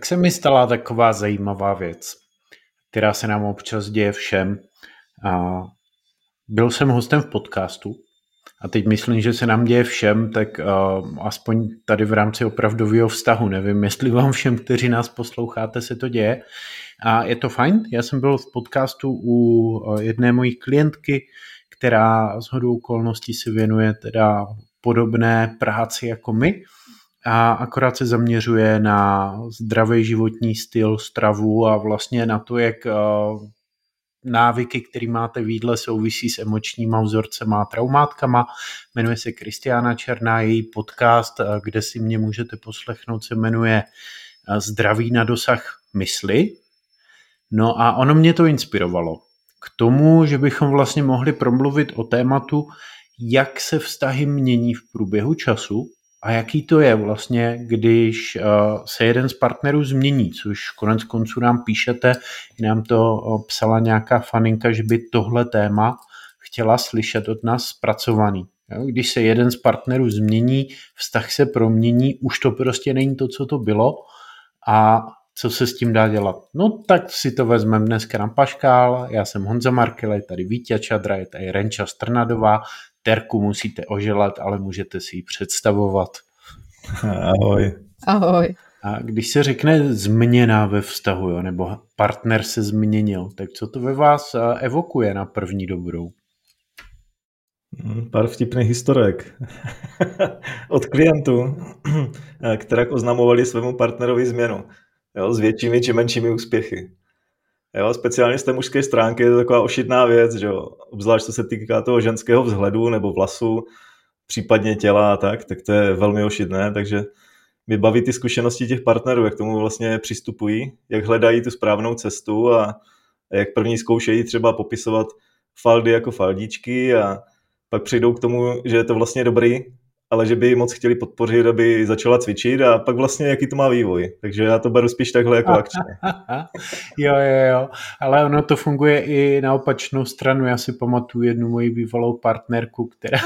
Tak se mi stala taková zajímavá věc, která se nám občas děje všem. A byl jsem hostem v podcastu a teď myslím, že se nám děje všem, tak aspoň tady v rámci opravdového vztahu. Nevím, jestli vám všem, kteří nás posloucháte, se to děje. A je to fajn. Já jsem byl v podcastu u jedné mojí klientky, která shodou okolností se věnuje teda podobné práci jako my, a akorát se zaměřuje na zdravý životní styl, stravu a vlastně na to, jak návyky, které máte v jídle, souvisí s emočníma vzorcema a traumátkama. Jmenuje se Kristiána Černá, její podcast, kde si mě můžete poslechnout, se jmenuje Zdraví na dosah mysli. No a ono mě to inspirovalo k tomu, že bychom vlastně mohli promluvit o tématu, jak se vztahy mění v průběhu času a jaký to je vlastně, když se jeden z partnerů změní, což konec konců nám píšete, nám to psala nějaká faninka, že by tohle téma chtěla slyšet od nás zpracovaný. Když se jeden z partnerů změní, vztah se promění, už to prostě není to, co to bylo a co se s tím dá dělat. No tak si to vezmeme dneska na paškál, já jsem Honza Markel, je tady Víťa Čadra, je tady Renča Strnadová, Terku musíte oželat, ale můžete si ji představovat. Ahoj. Ahoj. A když se řekne změna ve vztahu, jo, nebo partner se změnil, tak co to ve vás evokuje na první dobrou? Pár vtipných historek od klientů, které oznamovali svému partnerovi změnu, jo, s většími či menšími úspěchy. Jo, speciálně z té mužské stránky je to taková ošidná věc, že jo, obzvlášť co se týká toho ženského vzhledu nebo vlasu, případně těla a tak to je velmi ošidné, takže mě baví ty zkušenosti těch partnerů, jak tomu vlastně přistupují, jak hledají tu správnou cestu a jak první zkoušejí třeba popisovat faldy jako faldíčky a pak přijdou k tomu, že je to vlastně dobrý, ale že by ji moc chtěli podpořit, aby začala cvičit a pak vlastně jaký to má vývoj. Takže já to beru spíš takhle jako akčně. Jo, ale ono to funguje i na opačnou stranu. Já si pamatuju jednu moji bývalou partnerku, která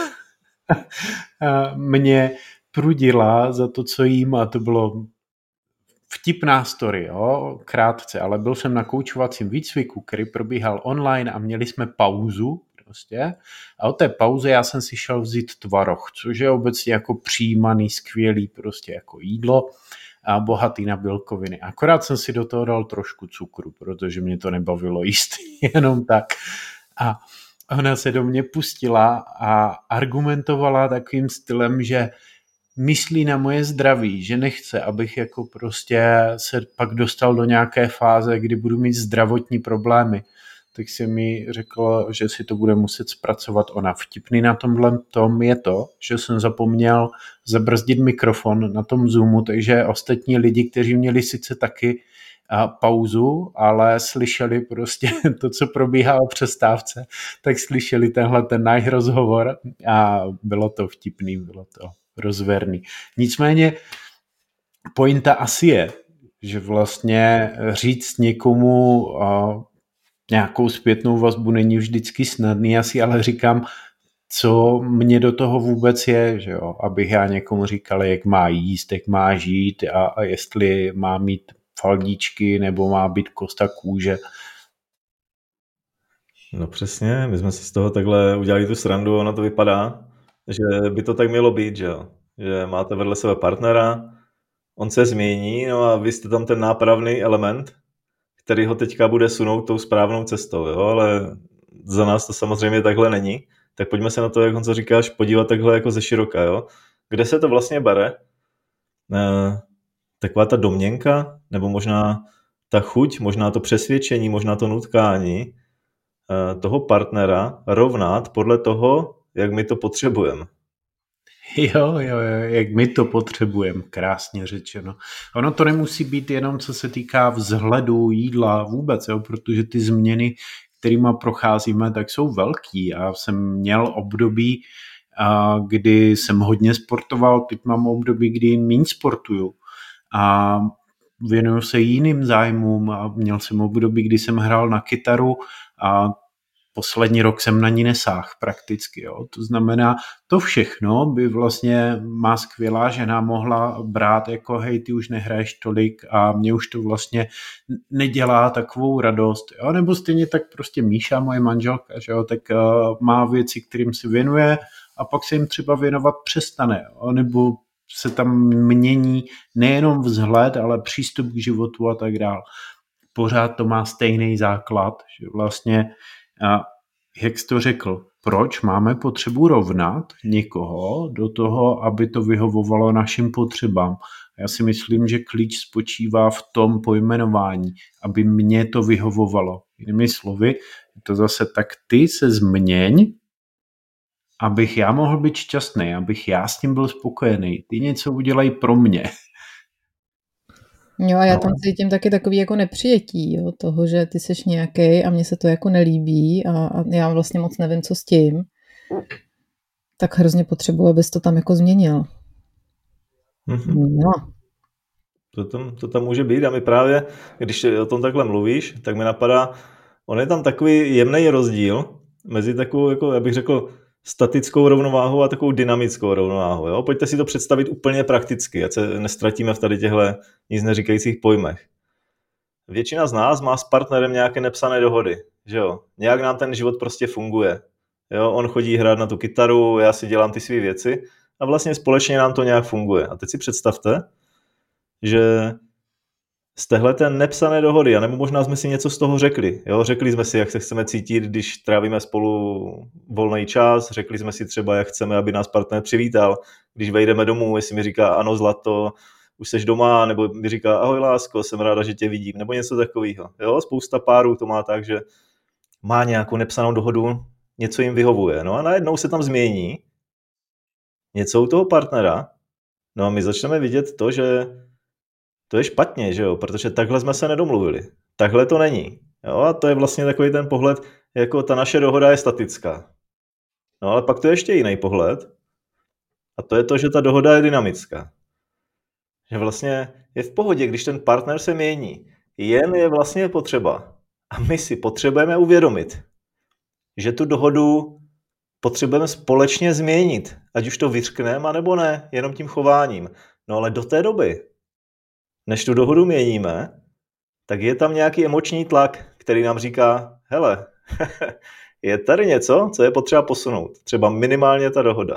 mě prudila za to, co jím, a to bylo vtipná story, jo, krátce, ale byl jsem na koučovacím výcviku, který probíhal online a měli jsme pauzu prostě a od té pauzy já jsem si šel vzít tvaroh, což je obecně jako přijímaný, skvělý prostě jako jídlo a bohatý na bílkoviny. Akorát jsem si do toho dal trošku cukru, protože mě to nebavilo jíst jenom tak. A ona se do mě pustila a argumentovala takovým stylem, že myslí na moje zdraví, že nechce, abych jako prostě se pak dostal do nějaké fáze, kdy budu mít zdravotní problémy. Tak si mi řekl, že si to bude muset zpracovat ona. Vtipný na tomhle tom je to, že jsem zapomněl zabrzdit mikrofon na tom Zoomu, takže ostatní lidi, kteří měli sice taky pauzu, ale slyšeli prostě to, co probíhalo v přestávce, tak slyšeli tenhle ten náš rozhovor a bylo to vtipný, bylo to rozverný. Nicméně pointa asi je, že vlastně říct někomu nějakou zpětnou vazbu není vždycky snadný, asi ale říkám, co mě do toho vůbec je, že jo? Abych já někomu říkal, jak má jíst, jak má žít a jestli má mít faldíčky nebo má být kosta kůže. No přesně, my jsme si z toho takhle udělali tu srandu, ono to vypadá, že by to tak mělo být, že jo? Že máte vedle sebe partnera, on se změní, no a vy jste tam ten nápravný element, který ho teďka bude sunout tou správnou cestou, jo? Ale za nás to samozřejmě takhle není. Tak pojďme se na to, jak Honzo říkáš, podívat takhle jako ze široka, jo? Kde se to vlastně bere? Taková ta domněnka, nebo možná ta chuť, možná to přesvědčení, možná to nutkání toho partnera rovnat podle toho, jak my to potřebujeme. Jo, jak my to potřebujeme, krásně řečeno. Ono to nemusí být jenom, co se týká vzhledu, jídla vůbec, jo, protože ty změny, kterýma procházíme, tak jsou velký. Já jsem měl období, kdy jsem hodně sportoval, teď mám období, kdy méně sportuju a věnuju se jiným zájmům a měl jsem období, kdy jsem hrál na kytaru a poslední rok jsem na ní nesáhl prakticky. Jo. To znamená, to všechno by vlastně má skvělá žena mohla brát jako hej, ty už nehraješ tolik a mě už to vlastně nedělá takovou radost. Jo. Nebo stejně tak prostě Míša, moje manželka, že jo, tak má věci, kterým se věnuje a pak se jim třeba věnovat přestane. Jo. Nebo se tam mění nejenom vzhled, ale přístup k životu a tak dále. Pořád to má stejný základ, že vlastně, jak jsi to řekl, proč máme potřebu rovnat někoho do toho, aby to vyhovovalo našim potřebám. Já si myslím, že klíč spočívá v tom pojmenování, aby mě to vyhovovalo. Jinými slovy, je to zase tak, ty se změň, abych já mohl být šťastný, abych já s tím byl spokojený. Ty něco udělej pro mě. Jo, a já tam cítím taky takový jako nepřijetí, jo, toho, že ty seš nějaký a mně se to jako nelíbí a já vlastně moc nevím, co s tím. Tak hrozně potřebuji, abys to tam jako změnil. No. To tam může být a my právě, když o tom takhle mluvíš, tak mi napadá, on je tam takový jemný rozdíl mezi takovou, jako já bych řekl, statickou rovnováhou a takovou dynamickou rovnováhou. Jo? Pojďte si to představit úplně prakticky, ať se nestratíme v tady těchto nic neříkajících pojmech. Většina z nás má s partnerem nějaké nepsané dohody. Že jo? Nějak nám ten život prostě funguje. Jo? On chodí hrát na tu kytaru, já si dělám ty své věci a vlastně společně nám to nějak funguje. A teď si představte, že z téhleté nepsané dohody, anebo možná jsme si něco z toho řekli. Jo? Řekli jsme si, jak se chceme cítit, když trávíme spolu volný čas, řekli jsme si třeba, jak chceme, aby nás partner přivítal, když vejdeme domů, jestli mi říká ano zlato, už seš doma, nebo mi říká ahoj lásko, jsem ráda, že tě vidím, nebo něco takového. Jo? Spousta párů to má tak, že má nějakou nepsanou dohodu, něco jim vyhovuje. No a najednou se tam změní něco u toho partnera, no a my začneme vidět to, že to je špatně, že jo, protože takhle jsme se nedomluvili. Takhle to není. Jo, a to je vlastně takový ten pohled, jako ta naše dohoda je statická. No ale pak to je ještě jiný pohled. A to je to, že ta dohoda je dynamická. Že vlastně je v pohodě, když ten partner se mění. Jen je vlastně potřeba. A my si potřebujeme uvědomit, že tu dohodu potřebujeme společně změnit. Ať už to vyřkneme, anebo ne, jenom tím chováním. No ale do té doby, než tu dohodu měníme, tak je tam nějaký emoční tlak, který nám říká, hele, je tady něco, co je potřeba posunout. Třeba minimálně ta dohoda.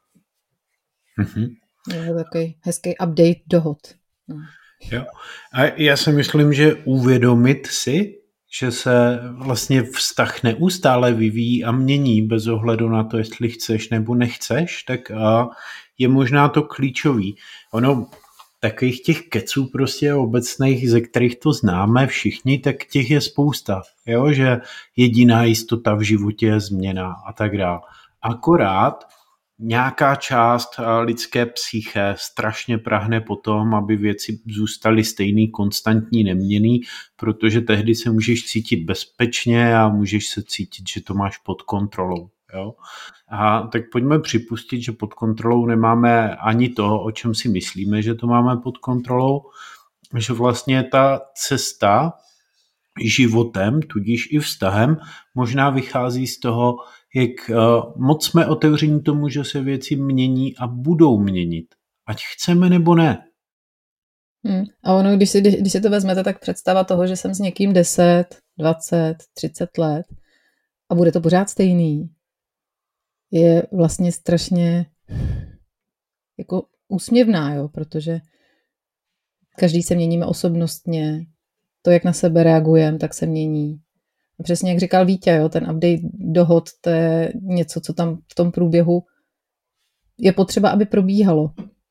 Je takový hezký update dohod. No. Jo. A já si myslím, že uvědomit si, že se vlastně vztah neustále vyvíjí a mění bez ohledu na to, jestli chceš nebo nechceš, tak je možná to klíčový. Ono takových těch keců prostě obecných, ze kterých to známe všichni, tak těch je spousta. Jo? Že jediná jistota v životě je změna a tak dále. Akorát nějaká část lidské psyché strašně prahne po tom, aby věci zůstaly stejný, konstantní, neměnný, protože tehdy se můžeš cítit bezpečně a můžeš se cítit, že to máš pod kontrolou. Jo? A tak pojďme připustit, že pod kontrolou nemáme ani to, o čem si myslíme, že to máme pod kontrolou, že vlastně ta cesta životem, tudíž i vztahem, možná vychází z toho, jak moc jsme otevření tomu, že se věci mění a budou měnit. Ať chceme nebo ne. A ono, když si to vezmete, tak představa toho, že jsem s někým 10, 20, 30 let a bude to pořád stejný, je vlastně strašně jako úsměvná, jo, protože každý se měníme osobnostně, to, jak na sebe reagujeme, tak se mění. A přesně jak říkal Vítě, jo, ten update dohod, to je něco, co tam v tom průběhu je potřeba, aby probíhalo.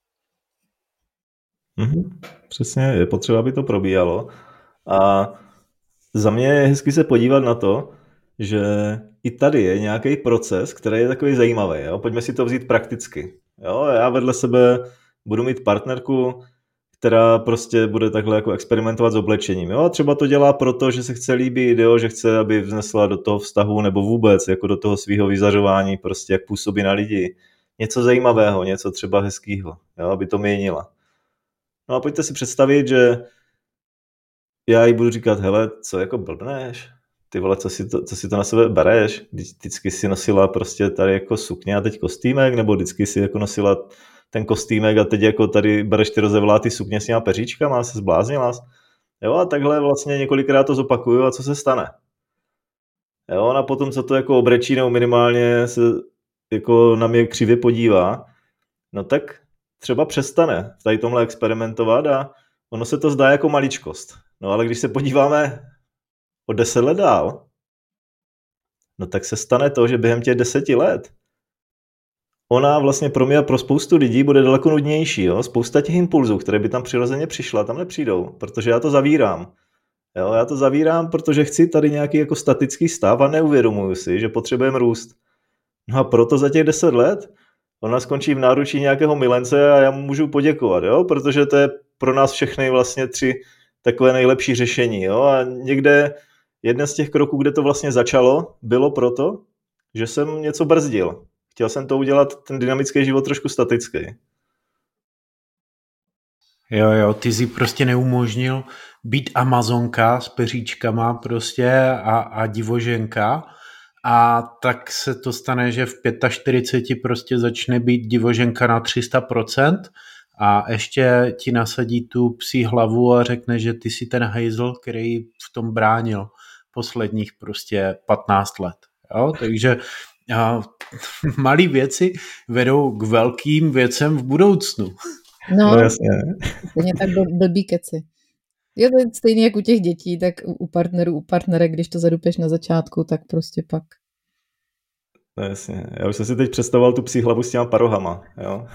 Přesně, je potřeba, aby to probíhalo. A za mě je hezky se podívat na to, že i tady je nějaký proces, který je takový zajímavý. Jo? Pojďme si to vzít prakticky. Jo? Já vedle sebe budu mít partnerku, která prostě bude takhle jako experimentovat s oblečením. Jo? A třeba to dělá proto, že se chce líbit, jo? Že chce, aby vznesla do toho vztahu nebo vůbec jako do toho svého vyzařování, prostě jak působí na lidi. Něco zajímavého, něco třeba hezkýho, jo? Aby to měnila. No a pojďte si představit, že já jí budu říkat, hele, co jako blbneš? ty vole, co si to na sebe bereš? Vždycky si nosila prostě tady jako sukně a teď kostýmek, nebo vždycky si jako nosila ten kostýmek a teď jako tady bereš ty rozevlátý sukně s těma peříčkama, se zbláznila. Jo, a takhle vlastně několikrát to zopakuju a co se stane? Jo, a potom, co to jako obrečí, nebo minimálně se jako na mě křivě podívá, no tak třeba přestane tady tomhle experimentovat a ono se to zdá jako maličkost. No ale když se podíváme o 10 let dál, no tak se stane to, že během těch 10 let ona vlastně pro mě a pro spoustu lidí bude daleko nudnější. Jo? Spousta těch impulzů, které by tam přirozeně přišla, tam nepřijdou, protože já to zavírám. Jo? Já to zavírám, protože chci tady nějaký jako statický stav a neuvědomuju si, že potřebujeme růst. No a proto za těch 10 let ona skončí v náručí nějakého milence a já mu můžu poděkovat, jo? Protože to je pro nás všechny vlastně 3 takové nejlepší řešení. Jo? A někde jeden z těch kroků, kde to vlastně začalo, bylo proto, že jsem něco brzdil. Chtěl jsem to udělat, ten dynamický život trošku statický. Jo, ty jsi prostě neumožnil být Amazonka s peříčkama prostě a divoženka a tak se to stane, že v 45 prostě začne být divoženka na 300% a ještě ti nasadí tu psí hlavu a řekne, že ty jsi ten hejzl, který v tom bránil posledních prostě 15 let. Jo? Takže malé věci vedou k velkým věcem v budoucnu. No jasně. Stejně tak blbý keci. Je to stejný jak u těch dětí, tak u partnerů, u partnerek, když to zadupeš na začátku, tak prostě pak. No jasně. Já už jsem si teď představoval tu psí hlavu s těma parohama, jo?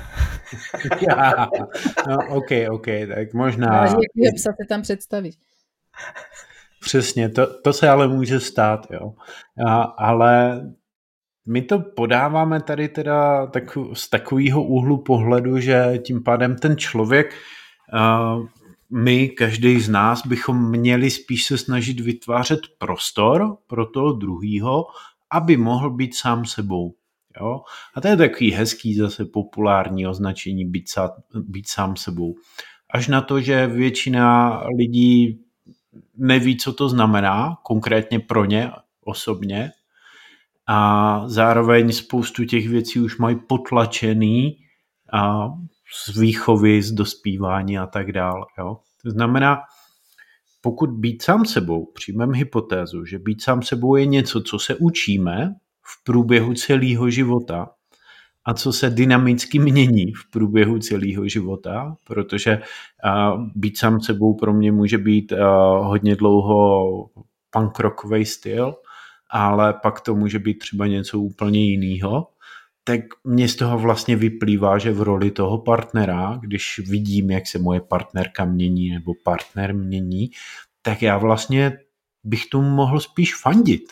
No, OK, tak možná... Jakýho psa si tam představíš? Přesně, to se ale může stát, jo. Ale my to podáváme tady teda z takového úhlu pohledu, že tím pádem ten člověk, my, každý z nás, bychom měli spíš se snažit vytvářet prostor pro toho druhýho, aby mohl být sám sebou. Jo? A to je takový hezký, zase populární označení být sám sebou. Až na to, že většina lidí neví, co to znamená, konkrétně pro ně osobně, a zároveň spoustu těch věcí už mají potlačený z výchovy, z dospívání a tak dále. Jo? To znamená, pokud být sám sebou, přijmeme hypotézu, že být sám sebou je něco, co se učíme v průběhu celého života a co se dynamicky mění v průběhu celého života, protože být sám sebou pro mě může být hodně dlouho punk rockový styl, ale pak to může být třeba něco úplně jiného, tak mně z toho vlastně vyplývá, že v roli toho partnera, když vidím, jak se moje partnerka mění nebo partner mění, tak já vlastně bych tomu mohl spíš fandit.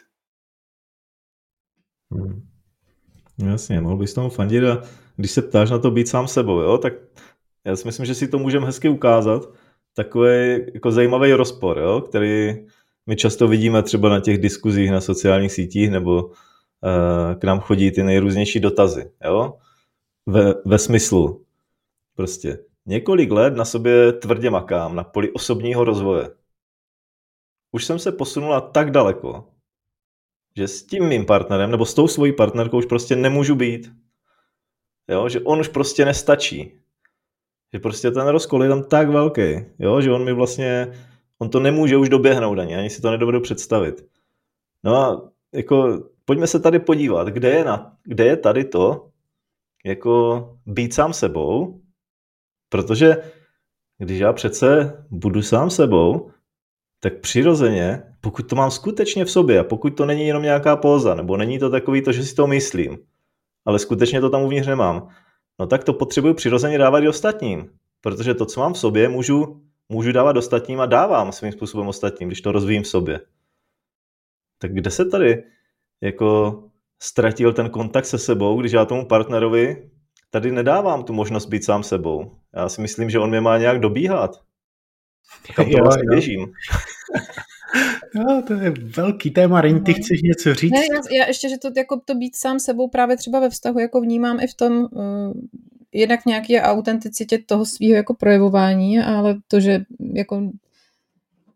Jasně, mohl bys tomu fandit a když se ptáš na to být sám sebou, jo, tak já si myslím, že si to můžeme hezky ukázat. Takový jako zajímavý rozpor, jo, který my často vidíme třeba na těch diskuzích na sociálních sítích, nebo k nám chodí ty nejrůznější dotazy. Jo? Ve smyslu prostě několik let na sobě tvrdě makám na poli osobního rozvoje. Už jsem se posunula tak daleko, že s tím mým partnerem nebo s tou svojí partnerkou už prostě nemůžu být. Jo? Že on už prostě nestačí. Že prostě ten rozkol je tam tak velký, jo? Že on mi vlastně, on to nemůže už doběhnout ani si to nedovedu představit. No a jako pojďme se tady podívat, kde je tady to, jako být sám sebou, protože když já přece budu sám sebou, tak přirozeně, pokud to mám skutečně v sobě a pokud to není jenom nějaká póza, nebo není to takový to, že si to myslím, ale skutečně to tam uvnitř nemám, no tak to potřebuji přirozeně dávat i ostatním, protože to, co mám v sobě, můžu dávat ostatním a dávám svým způsobem ostatním, když to rozvíjím v sobě. Tak kde se tady jako ztratil ten kontakt se sebou, když já tomu partnerovi tady nedávám tu možnost být sám sebou. Já si myslím, že on mě má nějak dobíhat. Kam to vlastně běžím. No, to je velký téma, Reň, ty chceš něco říct? Ne, já ještě, že to, jako to být sám sebou právě třeba ve vztahu jako vnímám i v tom jednak nějaké autenticitě toho svého jako projevování, ale to, že jako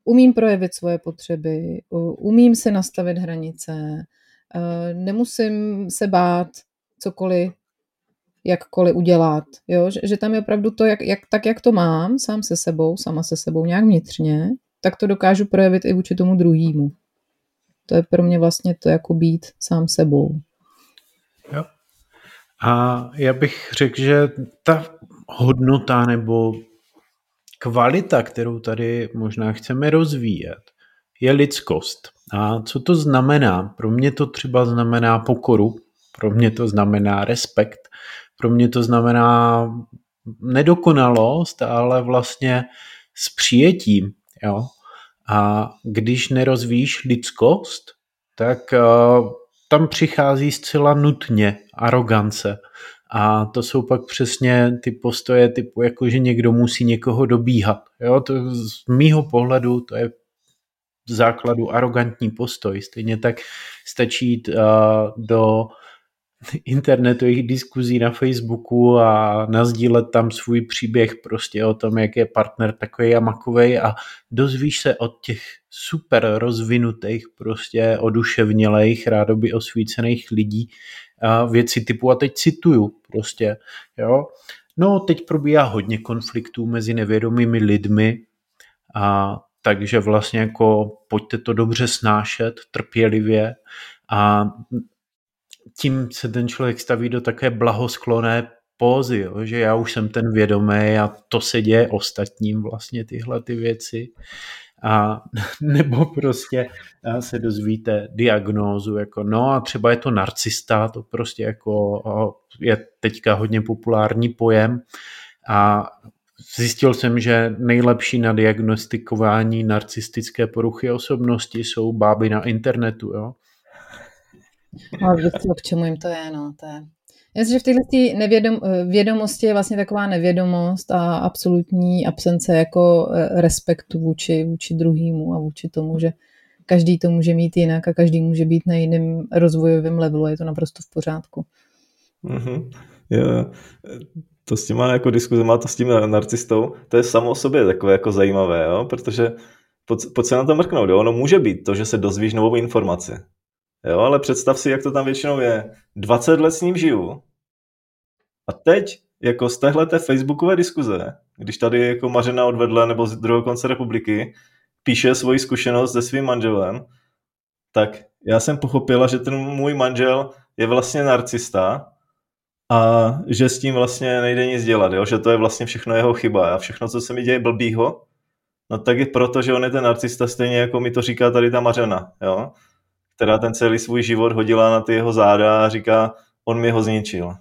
umím projevit svoje potřeby, umím si nastavit hranice, nemusím se bát cokoliv, jakkoliv udělat. Jo? Že tam je opravdu to, jak to mám, sama se sebou nějak vnitřně, tak to dokážu projevit i vůči tomu druhému. To je pro mě vlastně to jako být sám sebou. Jo. A já bych řekl, že ta hodnota nebo kvalita, kterou tady možná chceme rozvíjet, je lidskost. A co to znamená? Pro mě to třeba znamená pokoru, pro mě to znamená respekt, pro mě to znamená nedokonalost, ale vlastně s přijetím. Jo? A když nerozvíjíš lidskost, tak tam přichází zcela nutně arogance. A to jsou pak přesně ty postoje typu, jako že někdo musí někoho dobíhat. Jo? To z mýho pohledu to je v základu arrogantní postoj. Stejně tak stačí jít do internetových diskuzí na Facebooku a nazdílet tam svůj příběh prostě o tom, jak je partner takovej a makovej a dozvíš se od těch super rozvinutých, prostě oduševnělejch, rádoby osvícených lidí věci typu, a teď cituju prostě, jo. No, teď probíhá hodně konfliktů mezi nevědomými lidmi a takže vlastně jako pojďte to dobře snášet, trpělivě a tím se ten člověk staví do také blahoskloné pózy, jo? Že já už jsem ten vědomý a to se děje ostatním vlastně tyhle ty věci. A nebo prostě se dozvíte diagnózu, jako no a třeba je to narcista, to prostě jako je teďka hodně populární pojem a zjistil jsem, že nejlepší na diagnostikování narcistické poruchy osobnosti jsou báby na internetu, jo. Ale k čemu jim to je, no, to je. Já myslím, že v této vědomosti je vlastně taková nevědomost a absolutní absence jako respektu vůči druhému a vůči tomu, že každý to může mít jinak a každý může být na jiném rozvojovém levelu a je to naprosto v pořádku. Mm-hmm. Jo. To s těma jako diskuzema, to s tím narcistou, to je samo o sobě takové jako zajímavé, jo? Protože pojď se na to mrknout, jo? Ono může být to, že se dozvíš novou informaci. Jo, ale představ si, jak to tam většinou je. 20 let s ním žiju. A teď, jako z téhleté facebookové diskuze, když tady jako Mařena odvedle nebo z druhého konce republiky píše svoji zkušenost se svým manželem, tak já jsem pochopila, že ten můj manžel je vlastně narcista a že s tím vlastně nejde nic dělat, jo? Že to je vlastně všechno jeho chyba a všechno, co se mi děje blbýho, no tak je proto, že on je ten narcista stejně jako mi to říká tady ta Mařena, jo? Která ten celý svůj život hodila na ty jeho záda a říká, on mi ho zničil.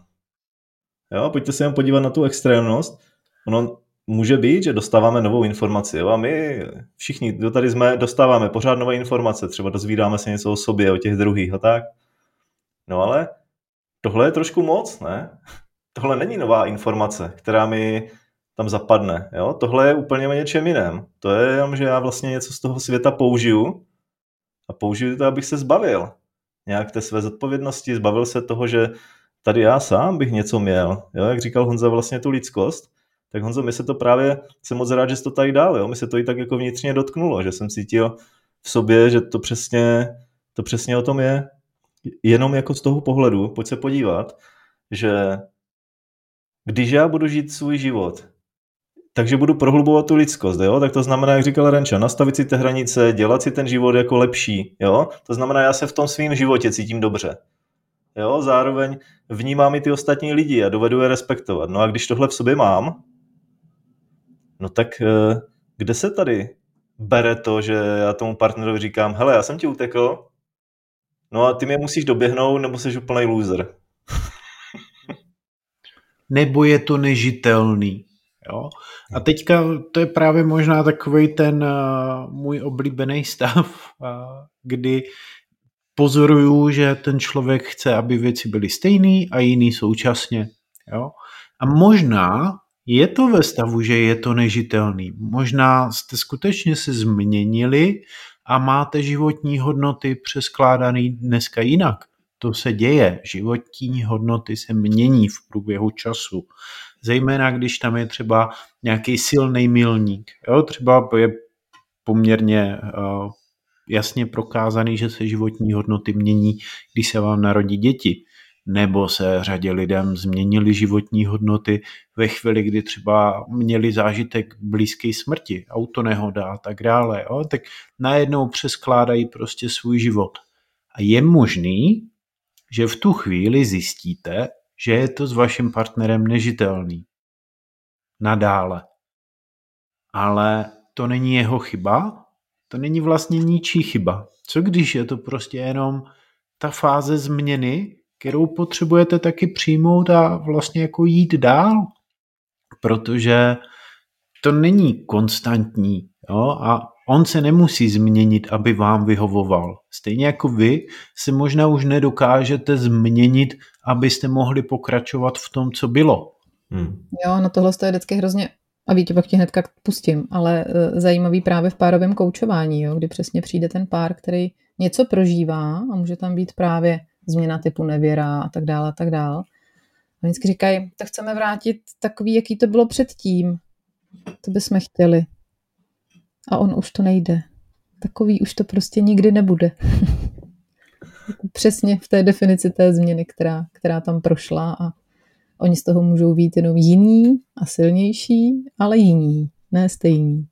Jo, pojďte se jen podívat na tu extrémnost. Ono může být, že dostáváme novou informaci. Jo? A my všichni, kdo tady jsme, dostáváme pořád nové informace. Třeba dozvídáme se něco o sobě, o těch druhých a tak. No ale tohle je trošku moc, ne? Tohle není nová informace, která mi tam zapadne. Jo? Tohle je úplně o něčem jiném. To je jenom, že já vlastně něco z toho světa použiju a použiju to, abych se zbavil nějak té své zodpovědnosti, zbavil se toho, že tady já sám bych něco měl. Jo? Jak říkal Honza, vlastně tu lidskost, tak Honzo, mi se to právě, jsem moc rád, že jsi to tady dal, jo? Mi se to i tak jako vnitřně dotknulo, že jsem cítil v sobě, že to přesně o tom je. Jenom jako z toho pohledu, pojď se podívat, že když já budu žít svůj život, takže budu prohlubovat tu lidskost, jo? Tak to znamená, jak říkal Renča, nastavit si ty hranice, dělat si ten život jako lepší, jo? To znamená, já se v tom svém životě cítím dobře. Jo? Zároveň vnímám i ty ostatní lidi a dovedu je respektovat. No a když tohle v sobě mám, no tak kde se tady bere to, že já tomu partnerovi říkám, hele, já jsem ti utekl, no a ty mě musíš doběhnout, nebo jsi úplnej loser. Nebo je to nežitelný. Jo? A teďka to je právě možná takovej ten můj oblíbený stav, kdy pozoruju, že ten člověk chce, aby věci byly stejný a jiný současně. Jo? A možná je to ve stavu, že je to nežitelný. Možná jste skutečně se změnili a máte životní hodnoty přeskládaný dneska jinak. To se děje. Životní hodnoty se mění v průběhu času. Zejména, když tam je třeba nějaký silný milník. Jo? Třeba je poměrně jasně prokázaný, že se životní hodnoty mění, když se vám narodí děti. Nebo se řadě lidem změnily životní hodnoty ve chvíli, kdy třeba měli zážitek blízké smrti, autonehoda a tak dále. Jo? Tak najednou přeskládají prostě svůj život. A je možný, že v tu chvíli zjistíte, že je to s vaším partnerem nežitelný. Nadále. Ale to není jeho chyba, to není vlastně ničí chyba. Co když je to prostě jenom ta fáze změny, kterou potřebujete taky přijmout a vlastně jako jít dál? Protože to není konstantní, jo? A on se nemusí změnit, aby vám vyhovoval. Stejně jako vy se možná už nedokážete změnit, abyste mohli pokračovat v tom, co bylo. Jo, no tohle je vždycky hrozně, a víte, pak tě hnedka pustím, ale zajímavý právě v párovém koučování, jo, kdy přesně přijde ten pár, který něco prožívá a může tam být právě změna typu nevěra a tak dále a tak dále. A vždycky říkají, to chceme vrátit takový, jaký to bylo předtím. To bychom chtěli. A on už to nejde. Takový už to prostě nikdy nebude. Přesně v té definici té změny, která tam prošla a oni z toho můžou být jenom jiní a silnější, ale jiní, ne stejní.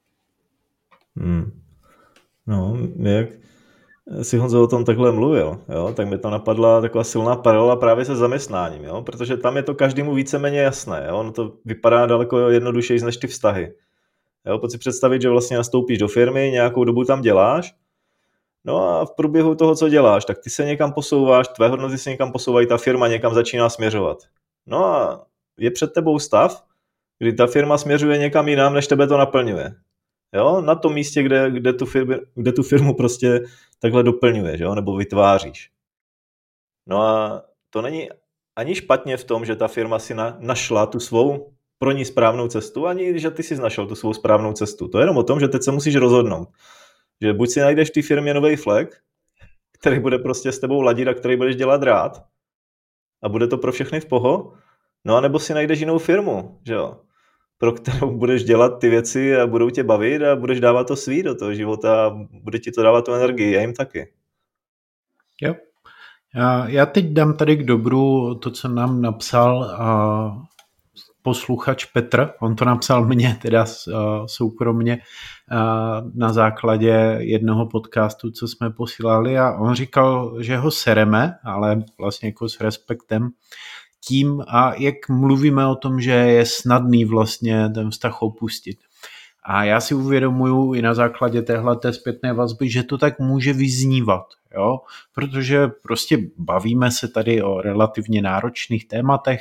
No, jak si Honzo o tom takhle mluvil, jo, tak mi to napadla taková silná paralela právě se zaměstnáním, jo, protože tam je to každému víceméně jasné, jo, ono to vypadá daleko jednodušeji než ty vztahy. Jo, pojď si představit, že vlastně nastoupíš do firmy, nějakou dobu tam děláš, no a v průběhu toho, co děláš, tak ty se někam posouváš, tvé hodnoty se někam posouvají, ta firma někam začíná směřovat. No a je před tebou stav, kdy ta firma směřuje někam jinam, než tebe to naplňuje. Jo, na tom místě, kde tu firmu prostě takhle doplňuješ, jo, nebo vytváříš. No a to není ani špatně v tom, že ta firma si našla tu svou pro ní správnou cestu, ani že ty si našel tu svou správnou cestu. To je jenom o tom, že teď se musíš rozhodnout. Že buď si najdeš v té firmě nový flek, který bude prostě s tebou ladit a který budeš dělat rád a bude to pro všechny v poho, no a nebo si najdeš jinou firmu, že jo, pro kterou budeš dělat ty věci a budou tě bavit a budeš dávat to svý do toho života a bude ti to dávat tu energii, já jim taky. Jo. Já teď dám tady k dobru to, co nám napsal posluchač Petr. On to napsal mně teda soukromně na základě jednoho podcastu, co jsme posílali, a on říkal, že ho sereme, ale vlastně jako s respektem tím, a jak mluvíme o tom, že je snadný vlastně ten vztah opustit. A já si uvědomuju i na základě téhleté zpětné vazby, že to tak může vyznívat, jo? Protože prostě bavíme se tady o relativně náročných tématech,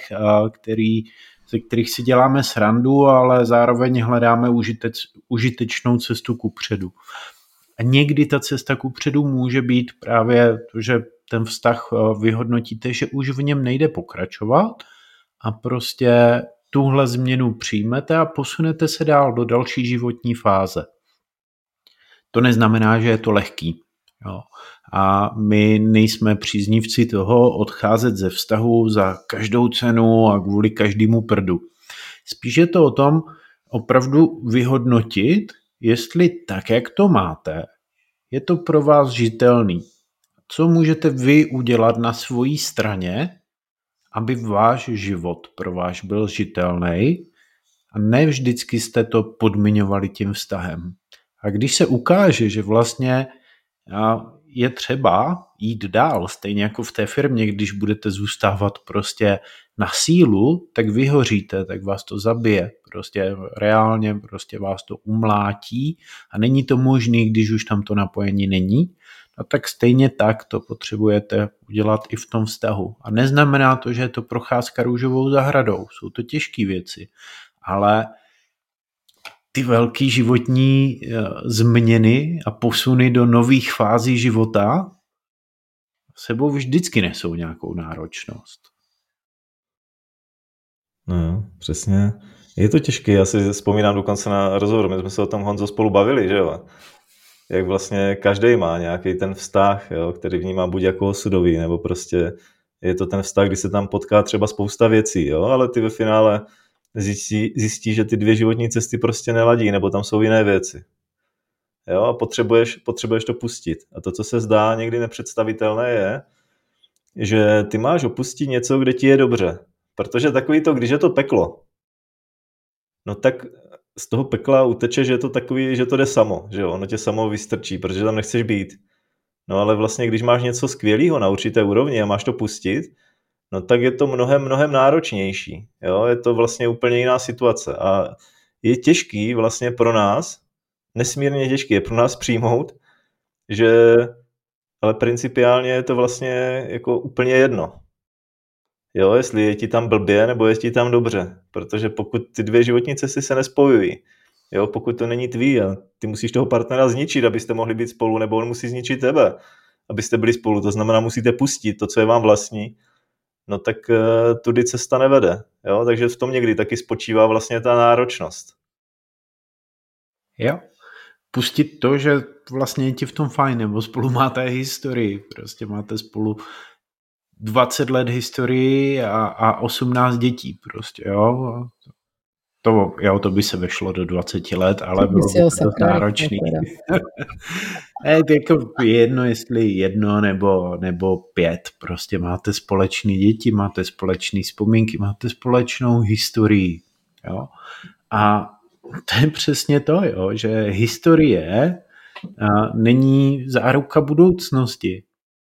ze kterých si děláme srandu, ale zároveň hledáme užitečnou cestu kupředu. A někdy ta cesta kupředu může být právě to, že ten vztah vyhodnotíte, že už v něm nejde pokračovat a prostě tuhle změnu přijmete a posunete se dál do další životní fáze. To neznamená, že je to lehký. Jo. A my nejsme příznivci toho odcházet ze vztahu za každou cenu a kvůli každému prdu. Spíš je to o tom opravdu vyhodnotit, jestli tak, jak to máte, je to pro vás žitelný. Co můžete vy udělat na svojí straně, aby váš život pro vás byl žitelný, a ne vždycky jste to podmiňovali tím vztahem. A když se ukáže, že vlastně je třeba jít dál, stejně jako v té firmě, když budete zůstávat prostě na sílu, tak vyhoříte, tak vás to zabije. Prostě reálně prostě vás to umlátí a není to možné, když už tam to napojení není. A tak stejně tak to potřebujete udělat i v tom vztahu. A neznamená to, že je to procházka růžovou zahradou. Jsou to těžké věci. Ale ty velké životní změny a posuny do nových fází života sebou vždycky nesou nějakou náročnost. No, přesně. Je to těžké. Já si vzpomínám dokonce na rozhovor. My jsme se o tom, Honzo, spolu bavili, že jo? Jak vlastně každý má nějaký ten vztah, jo, který vnímá buď jako osudový, nebo prostě je to ten vztah, kdy se tam potká třeba spousta věcí, jo, ale ty ve finále zjistí, že ty dvě životní cesty prostě neladí, nebo tam jsou jiné věci. jo, a potřebuješ to pustit. A to, co se zdá někdy nepředstavitelné, je, že ty máš opustit něco, kde ti je dobře. Protože takový to, když je to peklo, no tak z toho pekla uteče, že je to takový, že to jde samo, že jo, ono tě samo vystrčí, protože tam nechceš být. No ale vlastně, když máš něco skvělého na určité úrovni a máš to pustit, no tak je to mnohem náročnější, jo, je to vlastně úplně jiná situace a je těžký vlastně pro nás, nesmírně těžký je pro nás přijmout, že ale principiálně je to vlastně jako úplně jedno. Jo, jestli je ti tam blbě, nebo je ti tam dobře. Protože pokud ty dvě životní cesty se nespojují, jo, pokud to není tvý a ty musíš toho partnera zničit, abyste mohli být spolu, nebo on musí zničit tebe, abyste byli spolu, to znamená, musíte pustit to, co je vám vlastní, no tak tudy cesta nevede. Jo? Takže v tom někdy taky spočívá vlastně ta náročnost. Jo. Pustit to, že vlastně je ti v tom fajn, nebo spolu máte historii, prostě máte spolu 20 let historii a 18 dětí prostě, jo. To by se vešlo do 20 let, ale bylo by to náročný. Jako jedno, jestli jedno nebo 5, prostě máte společné děti, máte společné vzpomínky, máte společnou historii, jo. A to je přesně to, jo, že historie není záruka budoucnosti.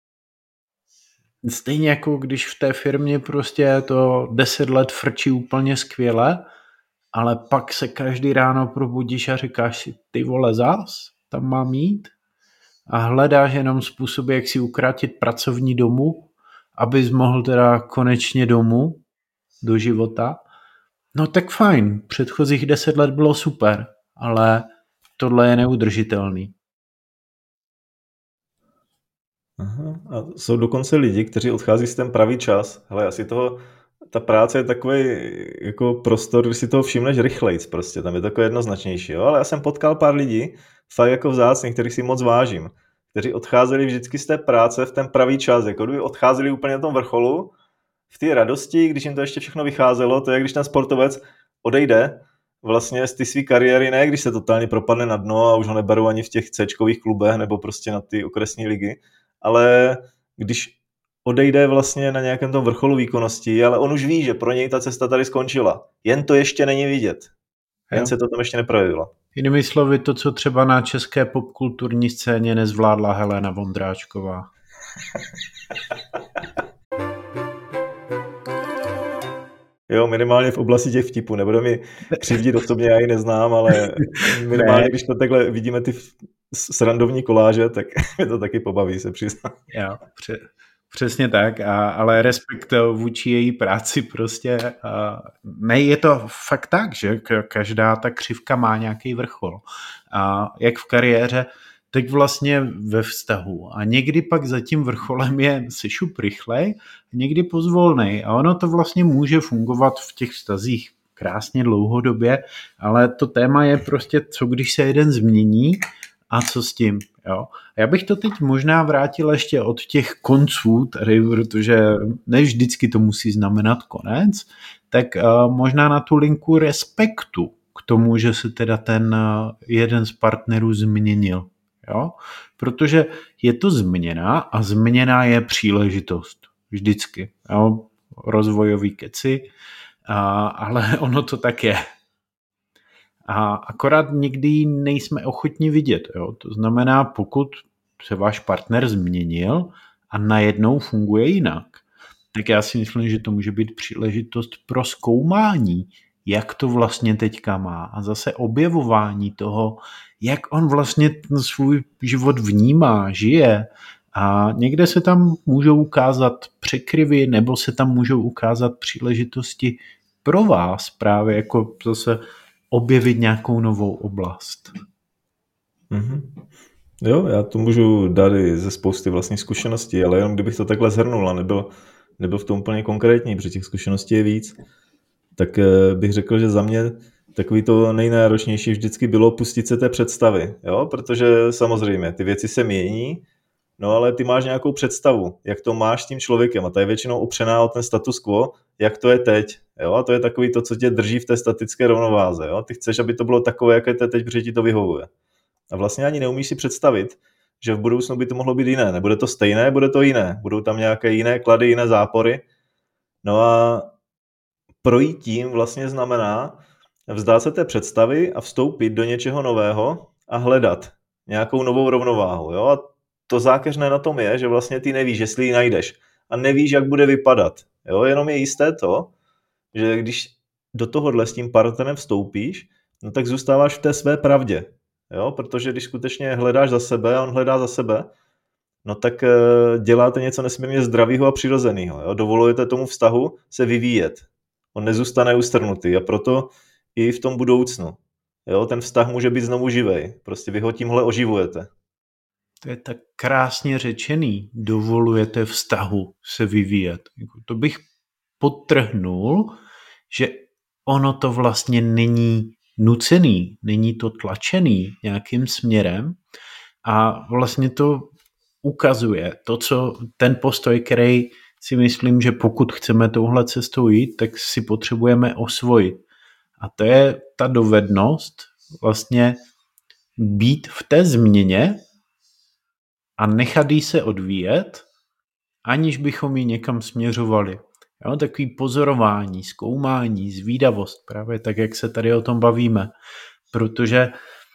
Stejně jako když v té firmě prostě to 10 let frčí úplně skvěle, ale pak se každý ráno probudíš a říkáš si, ty vole, zás tam mám jít? A hledáš jenom způsoby, jak si ukrátit pracovní domu, abys mohl teda konečně domů do života. No tak fajn, předchozích 10 let bylo super, ale tohle je neudržitelný. Aha. A jsou dokonce lidi, kteří odchází v ten pravý čas. Hele, asi ta práce je takový jako prostor, když si toho všimneš rychlejc prostě, tam je to jako jednoznačnější, jo? Ale já jsem potkal pár lidí, fakt jako vzácných, kterých si moc vážím, kteří odcházeli vždycky z té práce v ten pravý čas, jako kdyby odcházeli úplně na tom vrcholu, v té radosti, když jim to ještě všechno vycházelo, to je, když ten sportovec odejde vlastně z ty své kariéry, ne když se totálně propadne na dno a už ho neberou ani v těch C-čkových klubech nebo prostě na ty okresní ligy, ale když odejde vlastně na nějakém tom vrcholu výkonnosti, ale on už ví, že pro něj ta cesta tady skončila. Jen to ještě není vidět. Jen se to tam ještě neprojevilo. Jinými slovy, to, co třeba na české popkulturní scéně nezvládla Helena Vondráčková. Jo, minimálně v oblasti těch vtipů. Nebudu mi křivdit osobně, já ji neznám, ale minimálně, když to takhle vidíme ty srandovní koláže, tak mě to taky pobaví, se přiznám. Jo, přesně tak, ale respekt vůči její práci prostě. Ne, je to fakt tak, že každá ta křivka má nějaký vrchol. Jak v kariéře, tak vlastně ve vztahu. A někdy pak za tím vrcholem je sešup rychlej, někdy pozvolnej. A ono to vlastně může fungovat v těch vztazích krásně dlouhodobě, ale to téma je prostě, co když se jeden změní a co s tím. Jo. Já bych to teď možná vrátil ještě od těch konců tady, protože ne vždycky to musí znamenat konec, tak možná na tu linku respektu k tomu, že se teda ten jeden z partnerů změnil. Jo? Protože je to změna a změna je příležitost. Vždycky. Jo? Rozvojový keci, ale ono to tak je. A akorát někdy nejsme ochotni vidět. Jo? To znamená, pokud se váš partner změnil a najednou funguje jinak, tak já si myslím, že to může být příležitost pro zkoumání, jak to vlastně teďka má a zase objevování toho, jak on vlastně ten svůj život vnímá, žije a někde se tam můžou ukázat překryvy nebo se tam můžou ukázat příležitosti pro vás právě jako zase objevit nějakou novou oblast. Mm-hmm. Jo, já to můžu dát i ze spousty vlastních zkušeností, ale jenom kdybych to takhle shrnul a nebyl v tom úplně konkrétní, protože těch zkušeností je víc, tak bych řekl, že za mě takový to nejnáročnější vždycky bylo pustit se té představy, jo? Protože samozřejmě ty věci se mění, no ale ty máš nějakou představu, jak to máš s tím člověkem a ta je většinou opřená o ten status quo, jak to je teď, jo? A to je takový to, co tě drží v té statické rovnováze, jo? Ty chceš, aby to bylo takové, jaké to je teď, protože ti to vyhovuje. A vlastně ani neumíš si představit, že v budoucnu by to mohlo být jiné. Nebude to stejné, bude to jiné. Budou tam nějaké jiné klady, jiné zápory. No a projít tím vlastně znamená vzdát se té představy a vstoupit do něčeho nového a hledat nějakou novou rovnováhu. Jo? A to zákeřné na tom je, že vlastně ty nevíš, jestli ji najdeš. A nevíš, jak bude vypadat. Jo? Jenom je jisté to, že když do tohohle s tím partnerem vstoupíš, no tak zůstáváš v té své pravdě. Jo? Protože když skutečně hledáš za sebe a on hledá za sebe, no tak děláte něco nesmírně zdravého a přirozeného. Jo? Dovolujete tomu vztahu se vyvíjet. On nezůstane ustrnutý a proto i v tom budoucnu. Jo? Ten vztah může být znovu živej. Prostě vy ho tímhle oživujete. To je tak krásně řečený. Dovolujete vztahu se vyvíjet. To bych podtrhnul, že ono to vlastně není nucený, není to tlačený nějakým směrem a vlastně to ukazuje to, co ten postoj, který si myslím, že pokud chceme touhle cestou jít, tak si potřebujeme osvojit. A to je ta dovednost vlastně být v té změně a nechat jí se odvíjet, aniž bychom ji někam směřovali. Jo, takový pozorování, zkoumání, zvídavost, právě tak, jak se tady o tom bavíme. Protože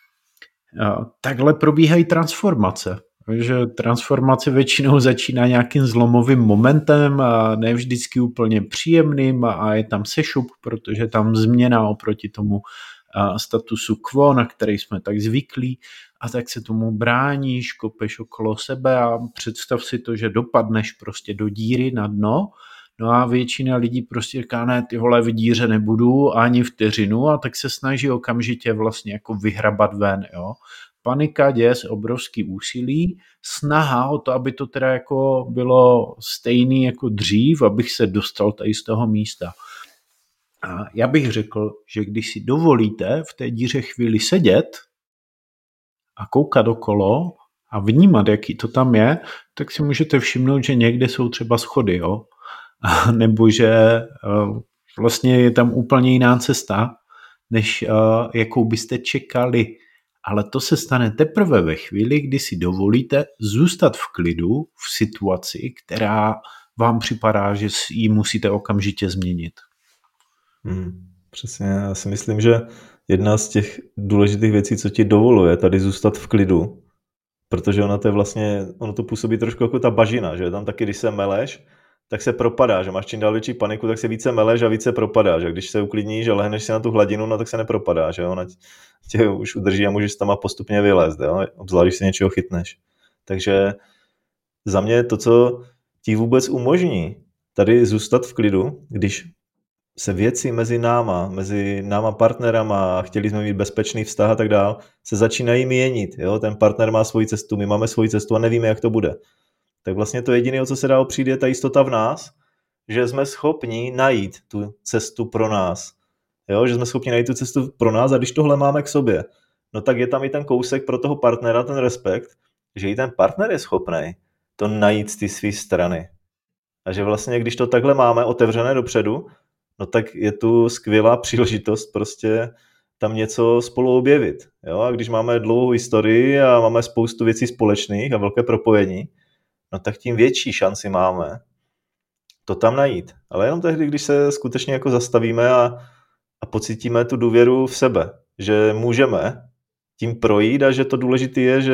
takhle probíhají transformace. Že transformace většinou začíná nějakým zlomovým momentem a ne vždycky úplně příjemným a je tam sešup, protože tam změna oproti tomu statusu quo, na který jsme tak zvyklí, a tak se tomu bráníš, kopeš okolo sebe a představ si to, že dopadneš prostě do díry na dno. No a většina lidí prostě říká, ne, ty vole, v díře nebudu ani vteřinu, a tak se snaží okamžitě vlastně jako vyhrabat ven, jo. Panika, děs, obrovský úsilí, snaha o to, aby to teda jako bylo stejný jako dřív, abych se dostal tady z toho místa. A já bych řekl, že když si dovolíte v té díře chvíli sedět a koukat okolo a vnímat, jaký to tam je, tak si můžete všimnout, že někde jsou třeba schody, jo. Nebo že vlastně je tam úplně jiná cesta, než jakou byste čekali. Ale to se stane teprve ve chvíli, kdy si dovolíte zůstat v klidu v situaci, která vám připadá, že ji musíte okamžitě změnit. Přesně, já si myslím, že jedna z těch důležitých věcí, co ti dovoluje tady zůstat v klidu, protože ono to působí trošku jako ta bažina, že tam taky, když se meleš, tak se propadá, že máš čím dál větší paniku, tak se více meleš a více propadáš. A když se uklidníš a lehneš si na tu hladinu, no tak se nepropadáš, jo? Ona tě už udrží a můžeš tam postupně vylézt, jo? Obzvlášť, když si něčeho chytneš. Takže za mě to, co ti vůbec umožní tady zůstat v klidu, když se věci mezi náma partnerama, chtěli jsme mít bezpečný vztah a tak dál, se začínají měnit. Jo? Ten partner má svoji cestu, my máme svoji cestu a nevíme, jak to bude. Tak vlastně to jediné, o co se dá opřít, je ta jistota v nás, že jsme schopni najít tu cestu pro nás. Jo? Že jsme schopni najít tu cestu pro nás a když tohle máme k sobě, no tak je tam i ten kousek pro toho partnera, ten respekt, že i ten partner je schopný to najít z té své strany. A že vlastně, když to takhle máme otevřené dopředu, no tak je tu skvělá příležitost prostě tam něco spolu objevit. Jo? A když máme dlouhou historii a máme spoustu věcí společných a velké propojení, no tak tím větší šanci máme to tam najít. Ale jenom tehdy, když se skutečně jako zastavíme a pocítíme tu důvěru v sebe, že můžeme tím projít a že to důležité je,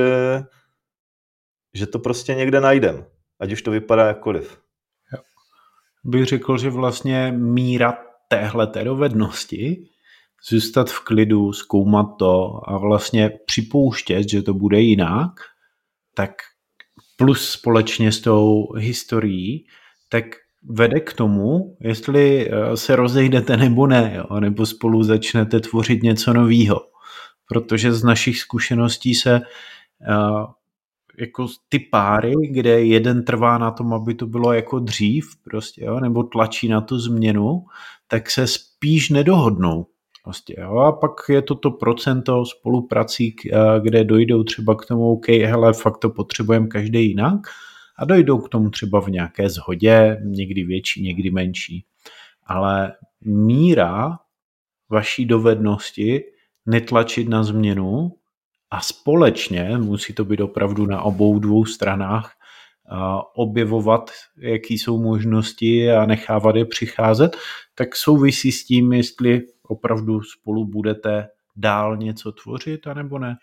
že to prostě někde najdem, ať už to vypadá jakkoliv. Bych řekl, že vlastně míra téhleté dovednosti zůstat v klidu, zkoumat to a vlastně připouštět, že to bude jinak, tak plus společně s tou historií, tak vede k tomu, jestli se rozejdete nebo ne, jo? Nebo spolu začnete tvořit něco novýho. Protože z našich zkušeností se jako ty páry, kde jeden trvá na tom, aby to bylo jako dřív, prostě, jo? Nebo tlačí na tu změnu, tak se spíš nedohodnou. Prostě, jo? A pak je to procento spoluprací, kde dojdou třeba k tomu, OK, hele, fakt to potřebujeme každý jinak, a dojdou k tomu třeba v nějaké shodě, někdy větší, někdy menší. Ale míra vaší dovednosti netlačit na změnu a společně, musí to být opravdu na obou dvou stranách, objevovat, jaký jsou možnosti a nechávat je přicházet, tak souvisí s tím, jestli opravdu spolu budete dál něco tvořit, anebo ne.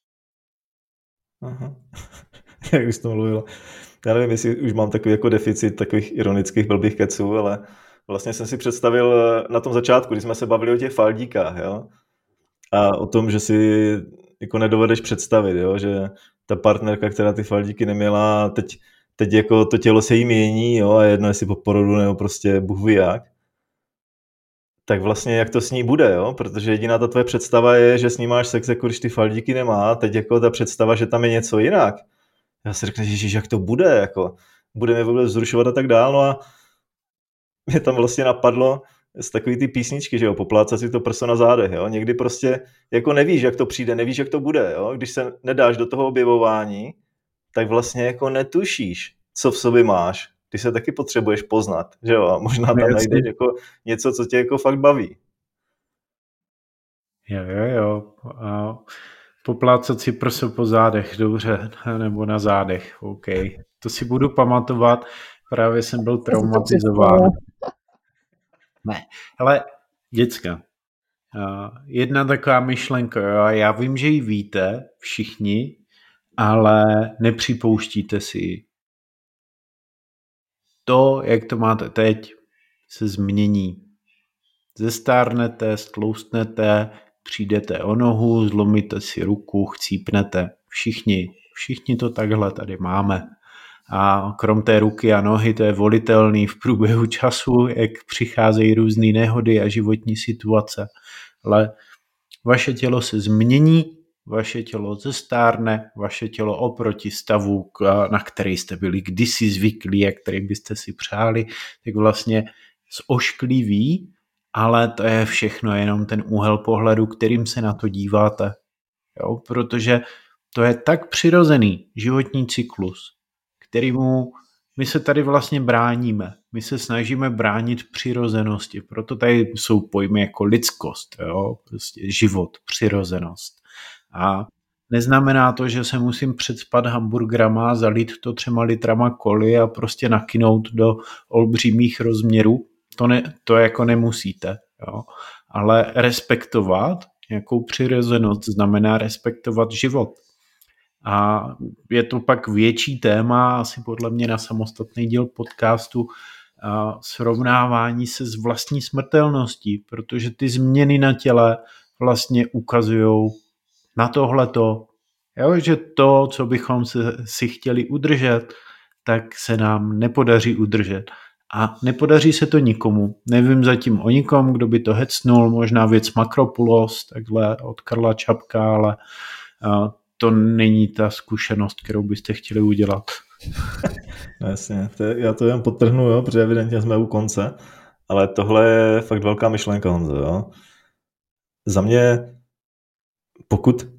Aha. Jak už to mluvil. Já nevím, jestli už mám takový jako deficit takových ironických blbých keců, ale vlastně jsem si představil na tom začátku, když jsme se bavili o těch faldíkách, jo? A o tom, že si jako nedovedeš představit, jo? Že ta partnerka, která ty faldíky neměla, teď jako to tělo se jí mění, jo? A jedno jestli po porodu nebo prostě Bůh ví jak. Tak vlastně jak to s ní bude, jo? Protože jediná ta tvoje představa je, že s ní máš sex, jako když ty faldíky nemá, teď jako ta představa, že tam je něco jinak. Já si řeknu, ježiš, jak to bude, jako budeme vůbec vzrušovat a tak dál, no a mě tam vlastně napadlo z takový ty písničky, že jo, poplácat si to prso na zádech, jo, někdy prostě jako nevíš, jak to přijde, nevíš, jak to bude, jo, když se nedáš do toho objevování, tak vlastně jako netušíš, co v sobě máš, ty se taky potřebuješ poznat, že jo, a možná tam najdeš jako něco, co tě jako fakt baví. Jo. A poplácat si prso po zádech, dobře, nebo na zádech, OK. To si budu pamatovat, právě jsem byl traumatizován. Ne, ale děcka, jedna taková myšlenka, já vím, že ji víte všichni, ale nepřipouštíte si ji. To, jak to máte teď, se změní. Zestárnete, stloustnete, přijdete o nohu, zlomíte si ruku, chcípnete. Všichni to takhle tady máme. A krom té ruky a nohy, to je volitelný v průběhu času, jak přicházejí různé nehody a životní situace. Ale vaše tělo se změní, vaše tělo zestárne, vaše tělo oproti stavu, na který jste byli kdysi zvyklí a který byste si přáli, tak vlastně zoškliví, ale to je všechno jenom ten úhel pohledu, kterým se na to díváte. Jo? Protože to je tak přirozený životní cyklus, kterému my se tady vlastně bráníme. My se snažíme bránit přirozenosti, proto tady jsou pojmy jako lidskost, jo? Prostě život, přirozenost. A neznamená to, že se musím předspat hamburgrama, zalít to 3 litrama koly a prostě nakynout do olbřímých rozměrů. To jako nemusíte. Jo? Ale respektovat nějakou přirozenost znamená respektovat život. A je to pak větší téma, asi podle mě na samostatný díl podcastu, srovnávání se s vlastní smrtelností, protože ty změny na těle vlastně ukazují na tohleto, jo, že to, co bychom si chtěli udržet, tak se nám nepodaří udržet. A nepodaří se to nikomu. Nevím zatím o nikom, kdo by to hecnul, možná věc Makropulos, takhle od Karla Čapka, ale to není ta zkušenost, kterou byste chtěli udělat. Jasně, já to jen podtrhnu, jo, protože evidentně jsme u konce, ale tohle je fakt velká myšlenka, Honzo. Jo. Za mě, pokud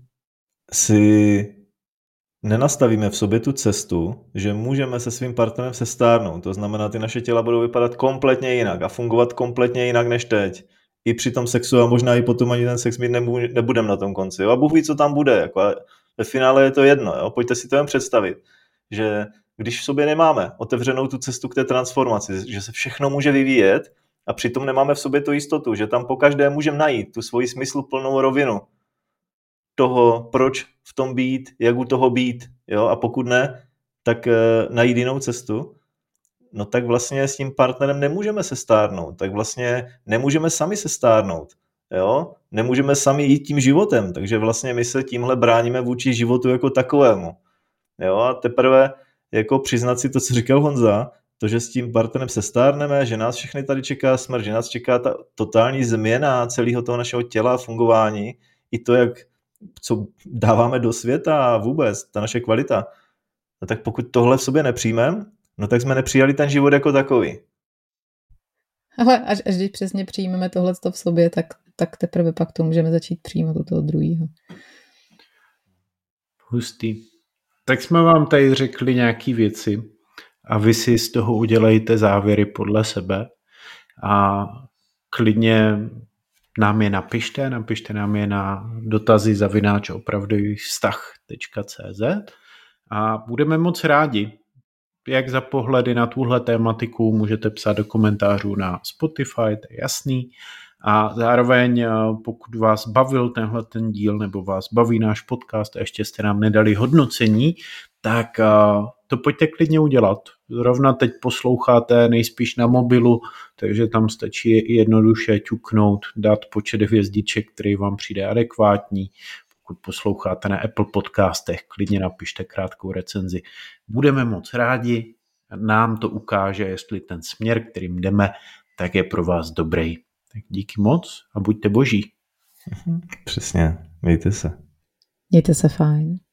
si nenastavíme v sobě tu cestu, že můžeme se svým partnerem sestárnout, to znamená, ty naše těla budou vypadat kompletně jinak a fungovat kompletně jinak než teď. I při tom sexu a možná i potom ani ten sex mít nebudeme na tom konci. Jo? A Bůh ví, co tam bude. Jako, ve finále je to jedno. Jo? Pojďte si to jen představit, že když v sobě nemáme otevřenou tu cestu k té transformaci, že se všechno může vyvíjet a přitom nemáme v sobě tu jistotu, že tam pokaždé můžeme najít tu svoji smysluplnou rovinu toho, proč v tom být, jak u toho být. Jo? A pokud ne, tak najít jinou cestu, no tak vlastně s tím partnerem nemůžeme se stárnout, tak vlastně nemůžeme sami se stárnout, jo? Nemůžeme sami jít tím životem, takže vlastně my se tímhle bráníme vůči životu jako takovému. Jo? A teprve jako přiznat si to, co říkal Honza, to, že s tím partnerem se stárneme, že nás všechny tady čeká smrt, že nás čeká ta totální změna celého toho našeho těla a fungování, i to, co dáváme do světa a vůbec, ta naše kvalita. No tak pokud tohle v sobě nepřijmeme, no tak jsme nepřijali ten život jako takový. Ale až když přesně přijmeme tohleto v sobě, tak teprve pak to můžeme začít přijímat u toho druhého. Hustý. Tak jsme vám tady řekli nějaké věci a vy si z toho udělejte závěry podle sebe a klidně nám je napište nám je na dotazy@opravdovývztah.cz a budeme moc rádi. Jak za pohledy na tuhle tématiku můžete psát do komentářů na Spotify, to je jasný. A zároveň, pokud vás bavil tenhle ten díl, nebo vás baví náš podcast a ještě jste nám nedali hodnocení, tak to pojďte klidně udělat. Zrovna teď posloucháte nejspíš na mobilu, takže tam stačí jednoduše ťuknout, dát počet hvězdiček, který vám přijde adekvátní. Pokud posloucháte na Apple podcastech, klidně napište krátkou recenzi. Budeme moc rádi, nám to ukáže, jestli ten směr, kterým jdeme, tak je pro vás dobrý. Tak díky moc a buďte boží. Přesně, mějte se. Mějte se fajn.